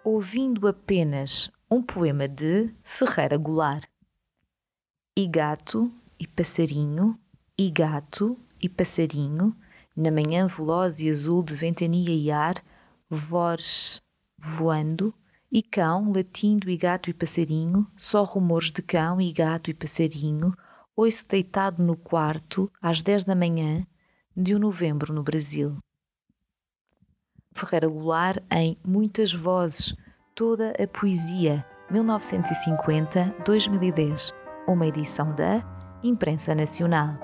ouvindo apenas um poema de Ferreira Goulart. E gato e passarinho, e gato e passarinho, na manhã veloz e azul de ventania e ar, vores voando, e cão latindo e gato e passarinho, só rumores de cão e gato e passarinho, ouço deitado no quarto, às 10 da manhã, de um novembro no Brasil. Ferreira Goulart em Muitas Vozes, toda a poesia, 1950-2010, uma edição da Imprensa Nacional.